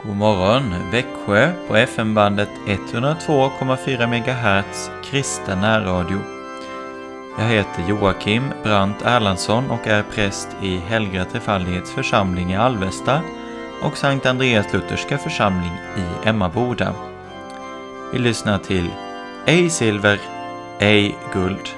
God morgon, Växjö på FM-bandet 102,4 MHz kristen närradio. Jag heter Joakim Brandt Erlandsson och är präst i Helga Trefaldighets församling i Alvesta och Sankt Andreas Lutherska församling i Emmaboda. Vi lyssnar till Ej silver, ej guld.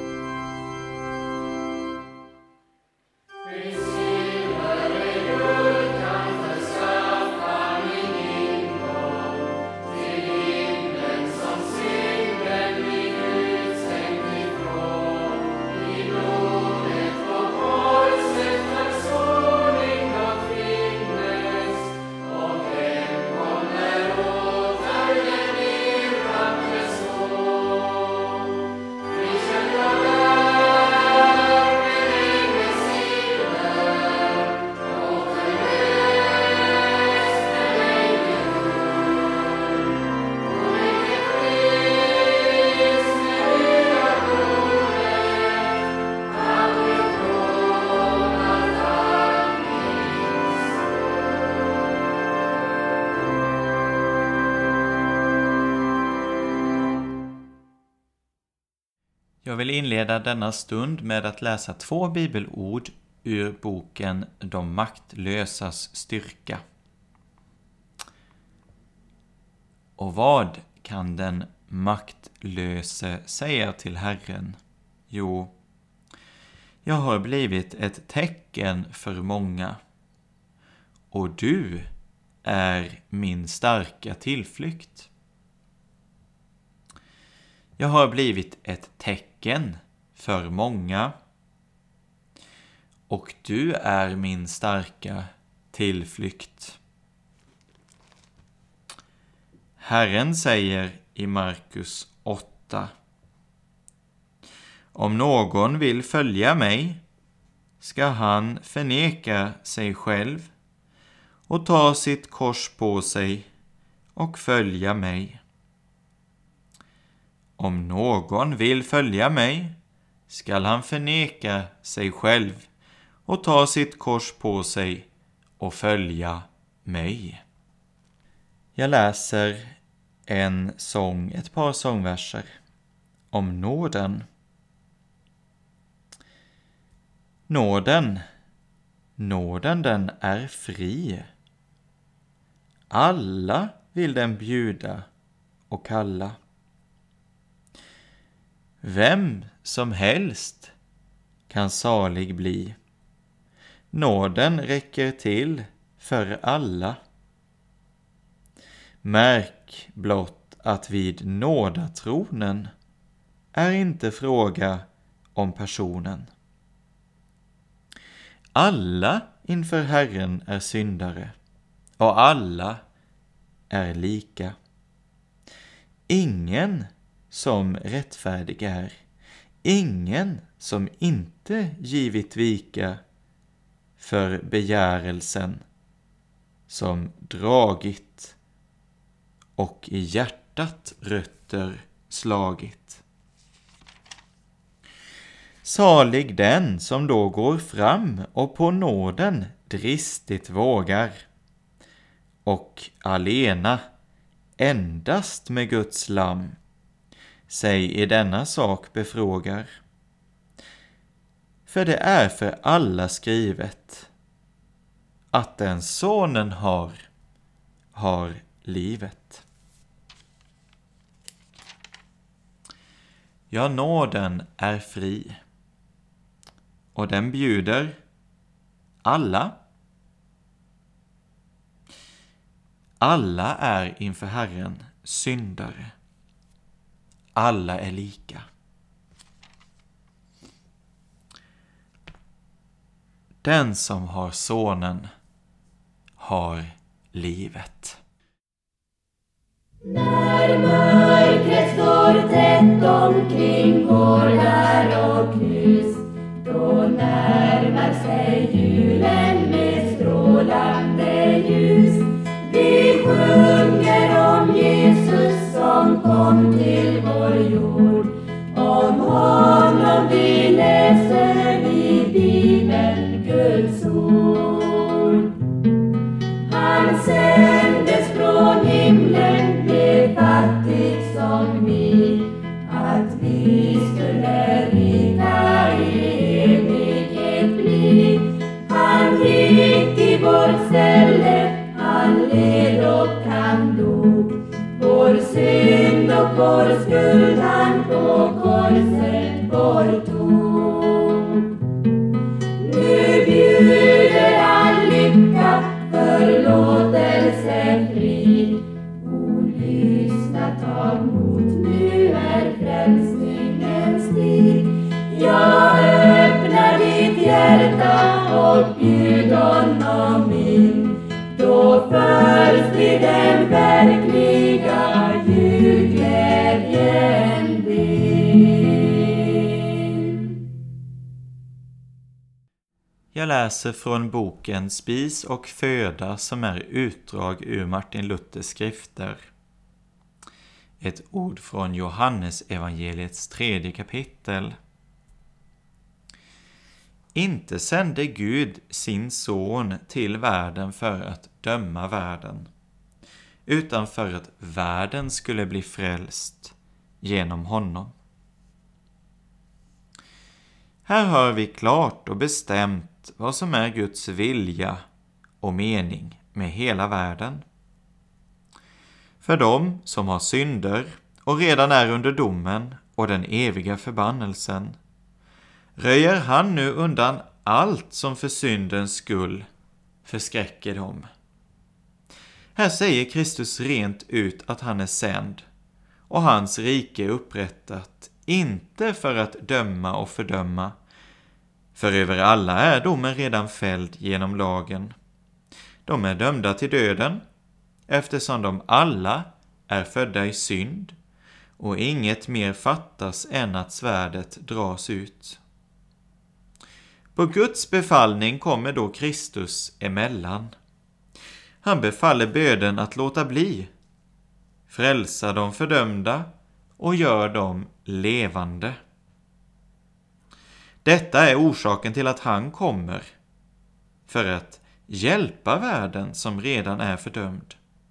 Jag vill inleda denna stund med att läsa 2 bibelord ur boken De maktlösas styrka. Och vad kan den maktlöse säga till Herren? Jo, jag har blivit ett tecken för många, och du är min starka tillflykt. Jag har blivit ett tecken för många, och du är min starka tillflykt. Herren säger i Markus 8: Om någon vill följa mig ska han förneka sig själv och ta sitt kors på sig och följa mig. Om någon vill följa mig skall han förneka sig själv och ta sitt kors på sig och följa mig. Jag läser ett par sångverser om nåden. Nåden den är fri. Alla vill den bjuda och kalla. Vem som helst kan salig bli. Nåden räcker till för alla. Märk blott att vid nådatronen är inte fråga om personen. Alla inför Herren är syndare, och alla är lika. Ingen som rättfärdig är, ingen som inte givit vika för begärelsen, som dragit och i hjärtat rötter slagit. Salig den som då går fram och på nåden dristigt vågar, och alena endast med Guds lamm sig i denna sak befrågar. För det är för alla skrivet att den sonen har livet. Ja, nåden är fri, och den bjuder alla. Alla är inför Herren syndare. Alla är lika. Den som har sonen har livet. När mörkret står tätt omkring gårdar och hus, då närmar sig julen med strålande ljus. Vi sjunger om Jesus som kom till vår jord, om honom vi läser i Bibeln Guds ord. Han sände från himlen blev fattig som vi, att vi skulle rika i evighet bli. Han gick i vårt ställe, han led och han dog. Vår synd och vår skuld han på korset borttog. Nu bjuder han lycka, förlåtelse fri. O, lyssna, ta emot, nu är frälsningens tid. Jag öppnar ditt hjärta och bjud honom in. Då först blir den verkliga julglädjen din. Jag läser från boken Spis och föda som är utdrag ur Martin Luthers skrifter. Ett ord från Johannes evangeliets 3:e kapitel. Inte sände Gud sin son till världen för att döma världen, utan för att världen skulle bli frälst genom honom. Här hör vi klart och bestämt vad som är Guds vilja och mening med hela världen. För dem som har synder och redan är under domen och den eviga förbannelsen, röjer han nu undan allt som för syndens skull förskräcker dem. Här säger Kristus rent ut att han är sänd och hans rike är upprättat, inte för att döma och fördöma, för över alla är domen redan fälld genom lagen. De är dömda till döden, eftersom de alla är födda i synd, och inget mer fattas än att svärdet dras ut. På Guds befallning kommer då Kristus emellan. Han befaller böden att låta bli, frälsa de fördömda och gör dem levande. Detta är orsaken till att han kommer, för att hjälpa världen som redan är fördömd.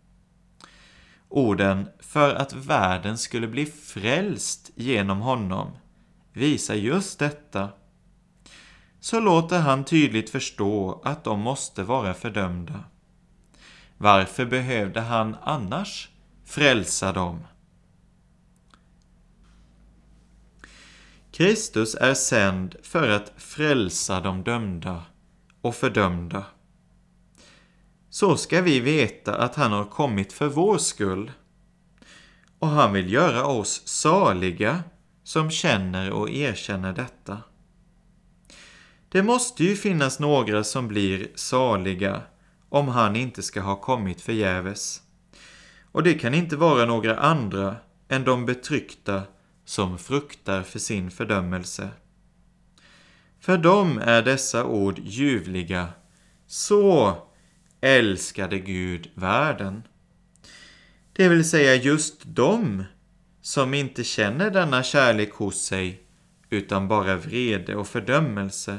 Orden för att världen skulle bli frälst genom honom visar just detta. Så låter han tydligt förstå att de måste vara fördömda. Varför behövde han annars frälsa dem? Kristus är sänd för att frälsa de dömda och fördömda. Så ska vi veta att han har kommit för vår skull. Och han vill göra oss saliga som känner och erkänner detta. Det måste ju finnas några som blir saliga om han inte ska ha kommit förgäves. Och det kan inte vara några andra än de betryckta som fruktar för sin fördömelse. För dem är dessa ord ljuvliga. Så älskade Gud världen. Det vill säga just de som inte känner denna kärlek hos sig utan bara vrede och fördömelse.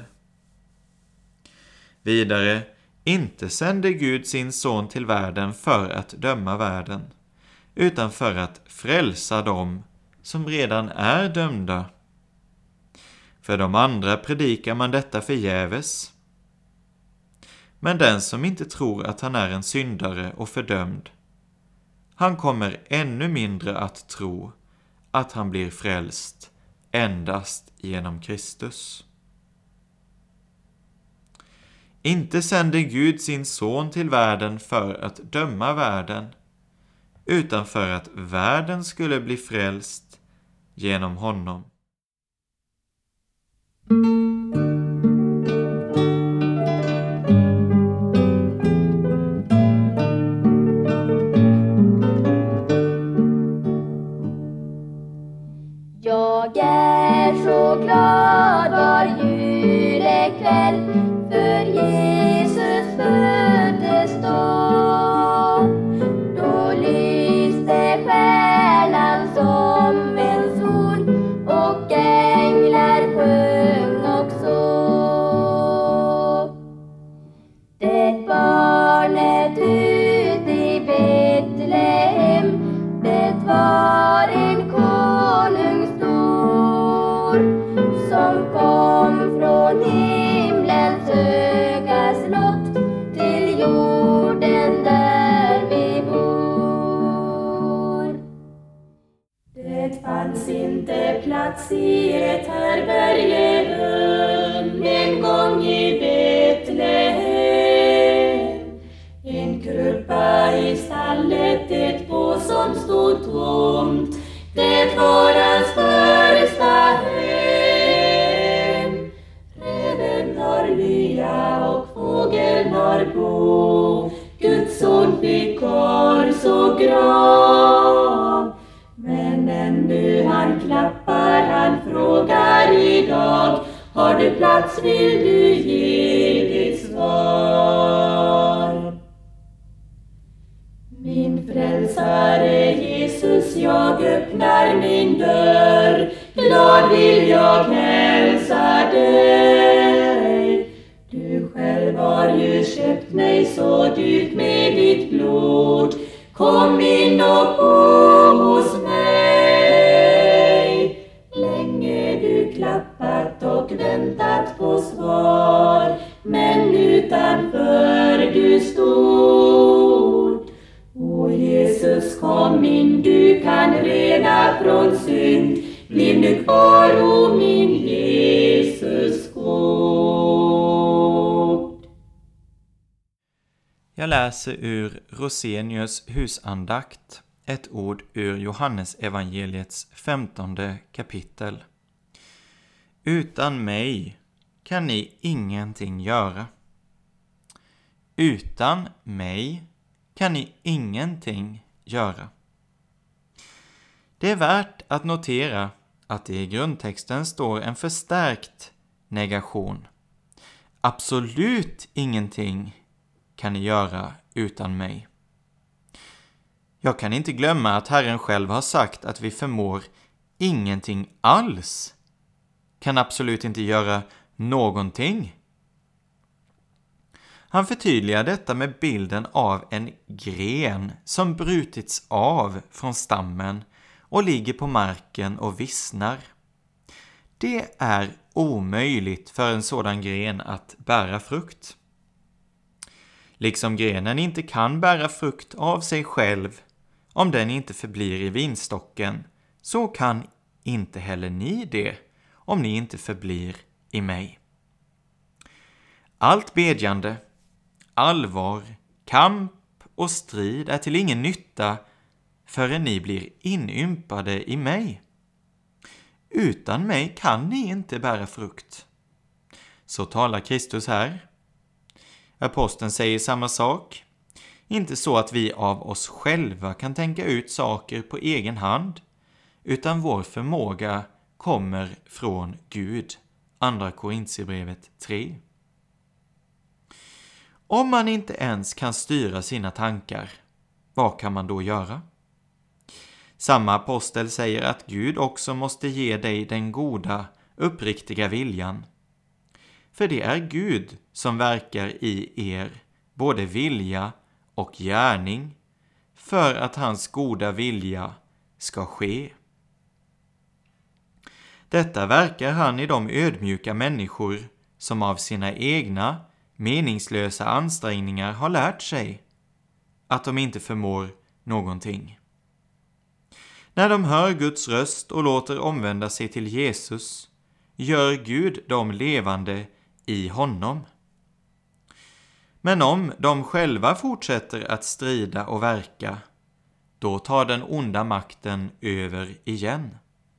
Vidare, inte sände Gud sin son till världen för att döma världen, utan för att frälsa dem som redan är dömda. För de andra predikar man detta förgäves. Men den som inte tror att han är en syndare och fördömd, han kommer ännu mindre att tro att han blir frälst endast genom Kristus. Inte sände Gud sin son till världen för att döma världen, utan för att världen skulle bli frälst genom honom. Jag är så glad var julekväll, för Jesus föddes då. Då lyste stjärnan som en sol, och änglar sjöng plats i ett härbärgerum en gång i Betlehem. En krubba i stallet, ett bo som stod tomt, det var hans första hem. Räven har lya och fågeln har bo, Guds son fick kors och grav. Men ännu han klappar, han frågar idag, har du plats, vill du ge ditt svar? Min frälsare Jesus, jag öppnar min dörr, glad vill jag hälsa dig. Du själv har ju köpt mig så dyrt med ditt blod, kom in och bo hos mig. Länge du klappat och väntat på svar, men utanför du stod. O Jesus, kom in, du kan rena från synd, bliv nu kvar, o min Jesus god. Jag läser ur Rosenius husandakt, ett ord ur Johannes evangeliets 15:e kapitel. Utan mig kan ni ingenting göra. Utan mig kan ni ingenting göra. Det är värt att notera att det i grundtexten står en förstärkt negation. Absolut ingenting kan ni göra utan mig. Jag kan inte glömma att Herren själv har sagt att vi förmår ingenting alls. Kan absolut inte göra någonting. Han förtydligar detta med bilden av en gren som brutits av från stammen och ligger på marken och vissnar. Det är omöjligt för en sådan gren att bära frukt. Liksom grenen inte kan bära frukt av sig själv om den inte förblir i vinstocken, så kan inte heller ni det om ni inte förblir i mig. Allt bedjande, allvar, kamp och strid är till ingen nytta förrän ni blir inympade i mig. Utan mig kan ni inte bära frukt. Så talar Kristus här. Aposteln säger samma sak. Inte så att vi av oss själva kan tänka ut saker på egen hand, utan vår förmåga kommer från Gud. Andra Korinthierbrevet 3. Om man inte ens kan styra sina tankar, vad kan man då göra? Samma apostel säger att Gud också måste ge dig den goda, uppriktiga viljan. För det är Gud som verkar i er, både vilja och gärning, för att hans goda vilja ska ske. Detta verkar han i de ödmjuka människor som av sina egna meningslösa ansträngningar har lärt sig att de inte förmår någonting. När de hör Guds röst och låter omvända sig till Jesus, gör Gud dem levande i honom. Men om de själva fortsätter att strida och verka, då tar den onda makten över igen.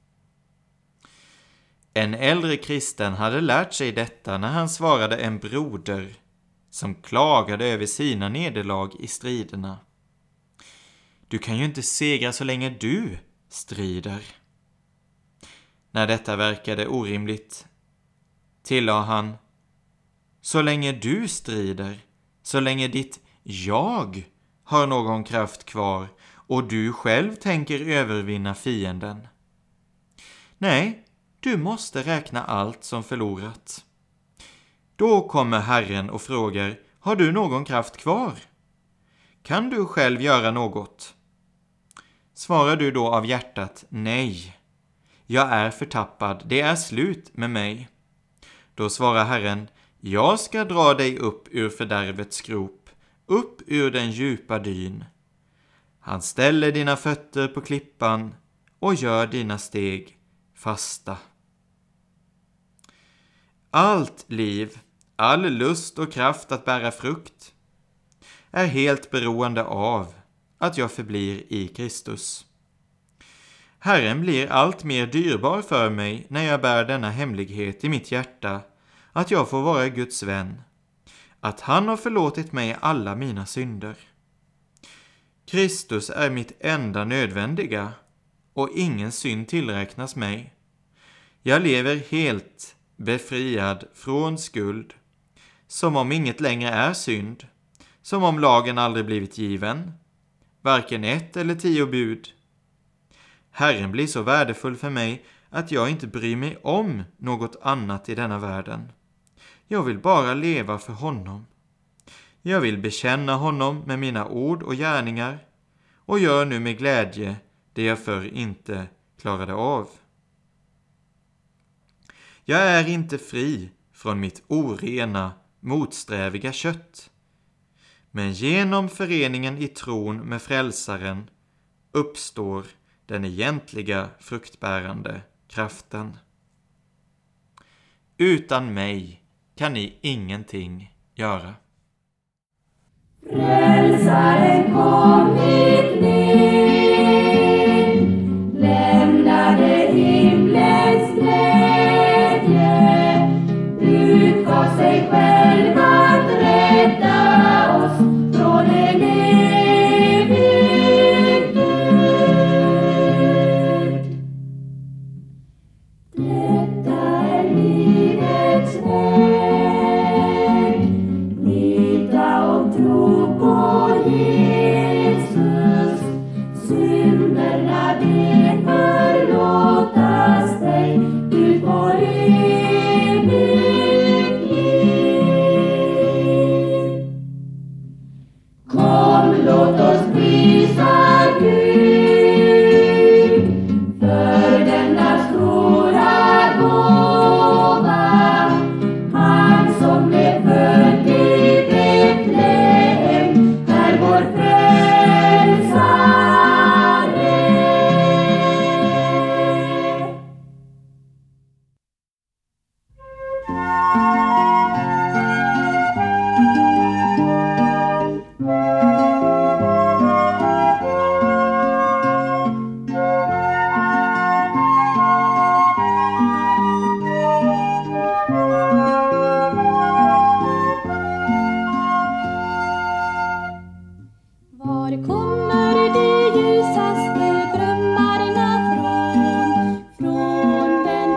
En äldre kristen hade lärt sig detta när han svarade en broder som klagade över sina nederlag i striderna. Du kan ju inte segra så länge du strider. När detta verkade orimligt tillade han: så länge du strider, så länge ditt jag har någon kraft kvar och du själv tänker övervinna fienden. Nej, du måste räkna allt som förlorat. Då kommer Herren och frågar: har du någon kraft kvar? Kan du själv göra något? Svarar du då av hjärtat nej, jag är förtappad, det är slut med mig. Då svarar Herren: jag ska dra dig upp ur fördärvets grop, upp ur den djupa dyn. Han ställer dina fötter på klippan och gör dina steg fasta. Allt liv, all lust och kraft att bära frukt är helt beroende av att jag förblir i Kristus. Herren blir allt mer dyrbar för mig när jag bär denna hemlighet i mitt hjärta, att jag får vara Guds vän, att han har förlåtit mig alla mina synder. Kristus är mitt enda nödvändiga och ingen synd tillräknas mig. Jag lever helt befriad från skuld, som om inget längre är synd, som om lagen aldrig blivit given, varken 1 eller 10 bud. Herren blir så värdefull för mig att jag inte bryr mig om något annat i denna världen. Jag vill bara leva för honom. Jag vill bekänna honom med mina ord och gärningar och gör nu med glädje det jag förr inte klarade av. Jag är inte fri från mitt orena, motsträviga kött. Men genom föreningen i tron med frälsaren uppstår den egentliga fruktbärande kraften. Utan mig kan ni ingenting göra. Frälsaren kommit ner, lämnade himlens glädje, utgav sig själv att rädda oss från en evig död. Detta är livets väg, lita och tro på Jesus, synderna de förlåtas dig, du får evigt liv. Kom, låt oss prisa Gud för denna stora gåva, han som blev född i Betlehem är vår frälsare. Var kommer de ljusaste drömmarna från den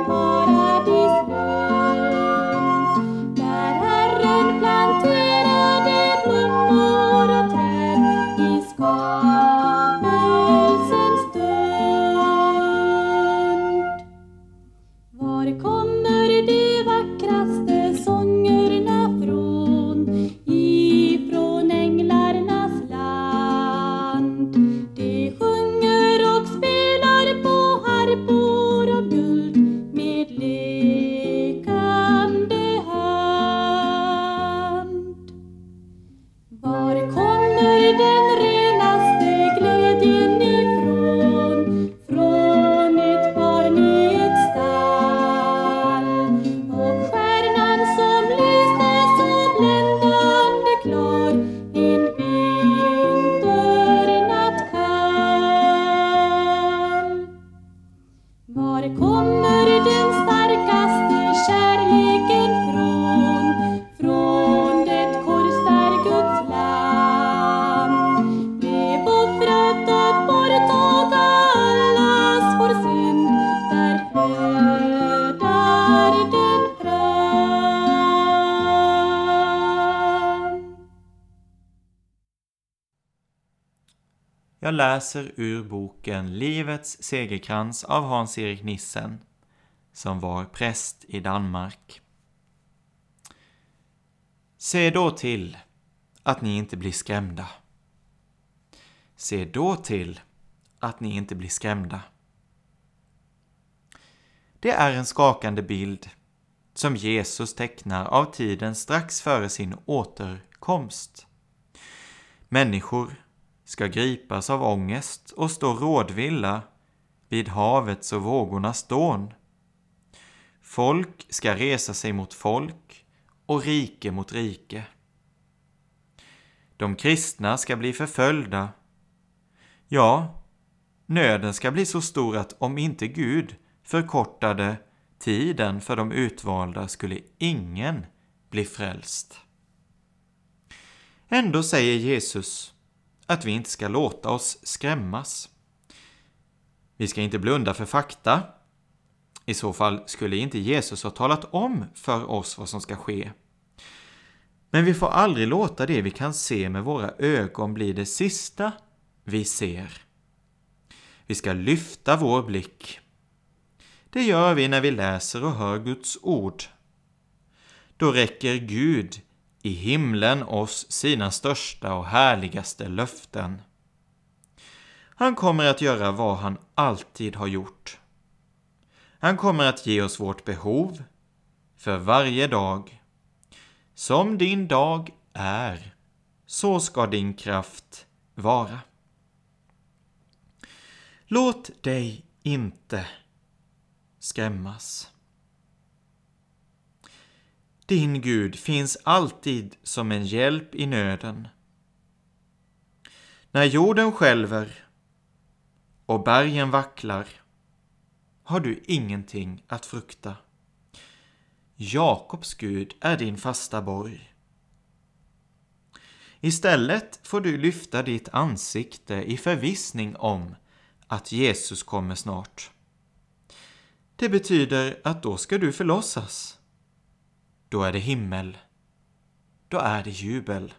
paradislund, där Herren planterade blommor och träd i skapelsens stund. Var kommer de vackraste sångerna ifrån änglarnas land? De sjunger och spelar på harpor och guld med lekande hand. Var kommer den renaste glädjen från ett barn i ett stall, och stjärnan som lyste så bländande klar en vinternattkall? Var kommer den starkaste kärleken från det kors där Guds lamm blev offrat att borttaga allas vår synd, där flödar den fram. Jag läser ur boken Livets segerkrans av Hans-Erik Nissen, som var präst i Danmark. Se då till att ni inte blir skrämda. Se då till att ni inte blir skrämda. Det är en skakande bild som Jesus tecknar av tiden strax före sin återkomst. Människor ska gripas av ångest och stå rådvilla vid havets och vågornas dån. Folk ska resa sig mot folk och rike mot rike. De kristna ska bli förföljda. Ja, nöden ska bli så stor att om inte Gud förkortade tiden för de utvalda skulle ingen bli frälst. Ändå säger Jesus att vi inte ska låta oss skrämmas. Vi ska inte blunda för fakta. I så fall skulle inte Jesus ha talat om för oss vad som ska ske. Men vi får aldrig låta det vi kan se med våra ögon bli det sista vi ser. Vi ska lyfta vår blick. Det gör vi när vi läser och hör Guds ord. Då räcker Gud i himlen oss sina största och härligaste löften. Han kommer att göra vad han alltid har gjort. Han kommer att ge oss vårt behov för varje dag. Som din dag är, så ska din kraft vara. Låt dig inte skrämmas. Din Gud finns alltid som en hjälp i nöden. När jorden skälver och bergen vacklar har du ingenting att frukta. Jakobs Gud är din fasta borg. Istället får du lyfta ditt ansikte i förvissning om att Jesus kommer snart. Det betyder att då ska du förlossas. Då är det himmel. Då är det jubel.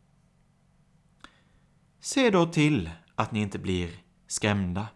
Se då till att ni inte blir skrämda.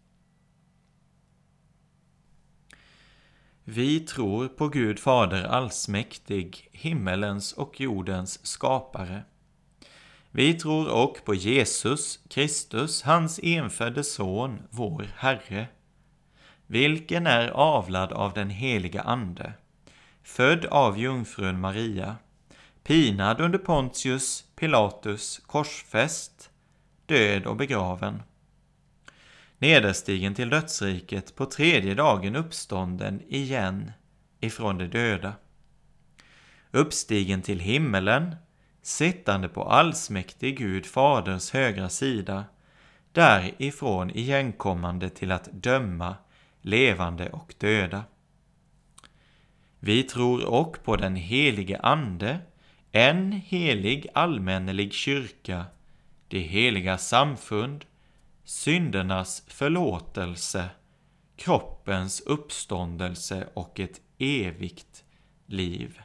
Vi tror på Gud Fader allsmäktig, himmelens och jordens skapare. Vi tror också på Jesus Kristus, hans enfödde son, vår Herre, vilken är avlad av den heliga Ande, född av jungfrun Maria, pinad under Pontius Pilatus, korsfäst, död och begraven. Nederstigen till dödsriket, på tredje dagen uppstånden igen ifrån de döda. Uppstigen till himmelen, sittande på allsmäktig Gud Faders högra sida, därifrån igenkommande till att döma levande och döda. Vi tror också på den helige Ande, en helig allmännelig kyrka, det heliga samfund, syndernas förlåtelse, kroppens uppståndelse och ett evigt liv.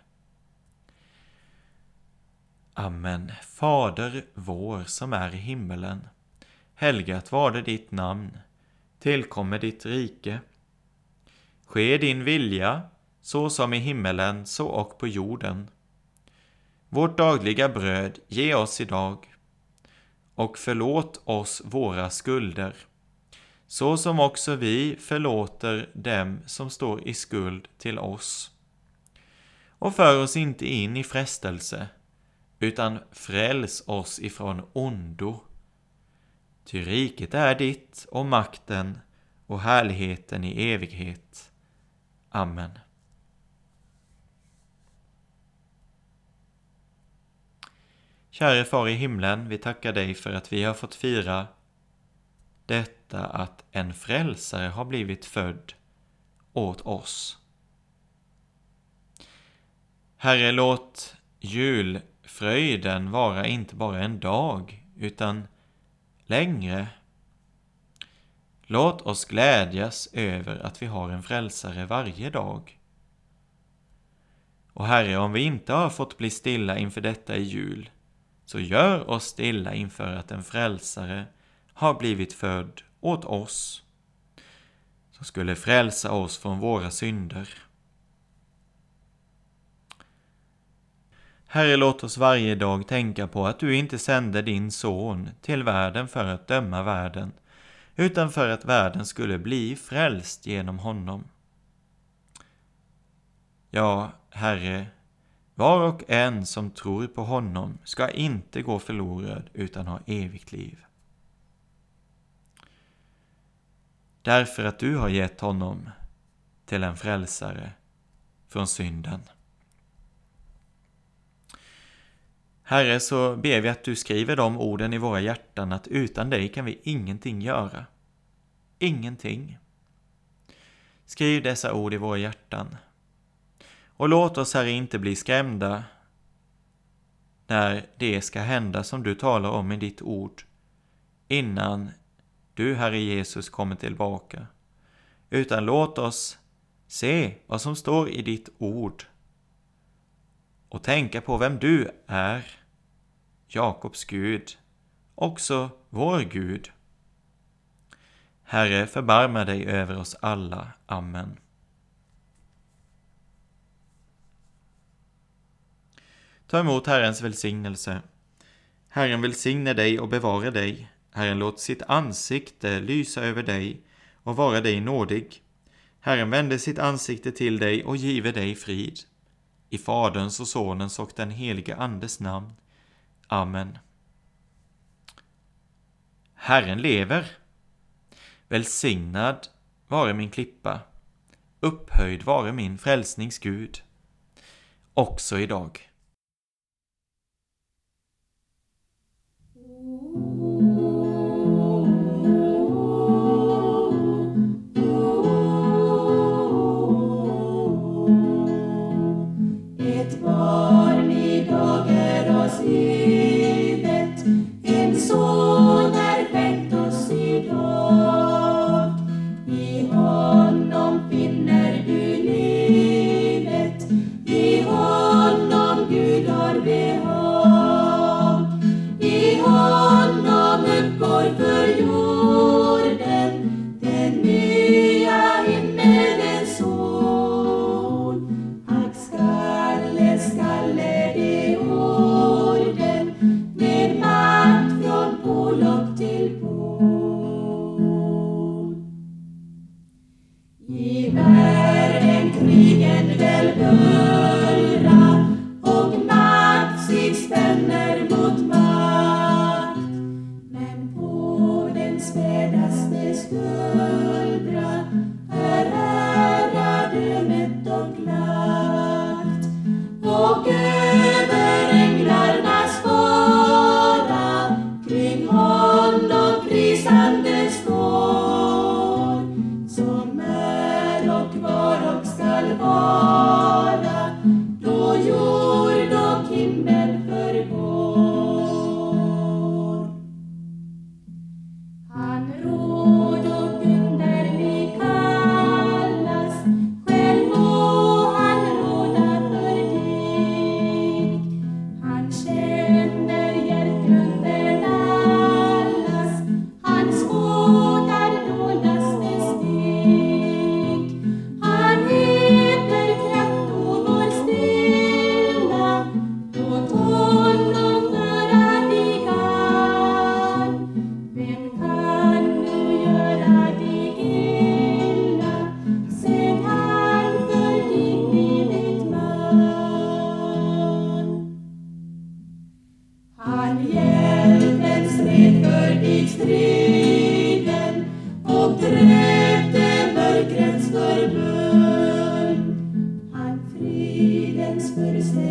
Amen. Fader vår som är i himmelen, helgat varde ditt namn, tillkommer ditt rike. Ske din vilja, så som i himmelen, så och på jorden. Vårt dagliga bröd ge oss idag, och förlåt oss våra skulder, så som också vi förlåter dem som står i skuld till oss. Och för oss inte in i frestelse, utan fräls oss ifrån ondo. Ty riket är ditt och makten och härligheten i evighet. Amen. Käre far i himlen, vi tackar dig för att vi har fått fira detta att en frälsare har blivit född åt oss. Herre, låt julfröjden vara inte bara en dag utan längre. Låt oss glädjas över att vi har en frälsare varje dag. Och Herre, om vi inte har fått bli stilla inför detta i jul, så gör oss stilla inför att en frälsare har blivit född åt oss, som skulle frälsa oss från våra synder. Herre, låt oss varje dag tänka på att du inte sände din son till världen för att döma världen, utan för att världen skulle bli frälst genom honom. Ja, Herre, var och en som tror på honom ska inte gå förlorad utan ha evigt liv. därför att du har gett honom till en frälsare från synden. Herre, så ber vi att du skriver de orden i våra hjärtan att utan dig kan vi ingenting göra. Ingenting. Skriv dessa ord i våra hjärtan. Och låt oss, Herre, inte bli skrämda när det ska hända som du talar om i ditt ord, innan du, Herre Jesus, kommer tillbaka. Utan låt oss se vad som står i ditt ord och tänka på vem du är, Jakobs Gud, också vår Gud. Herre, förbarma dig över oss alla. Amen. Ta emot Herrens välsignelse. Herren välsigne dig och bevara dig. Herren låt sitt ansikte lysa över dig och vara dig nådig. Herren vände sitt ansikte till dig och give dig frid. I Faderns och Sonens och den helige Andes namn. Amen. Herren lever. Välsignad vare min klippa. Upphöjd vare min frälsningsgud. Också idag.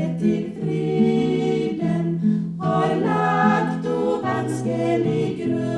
Till friden har lagt och vanskelig grund.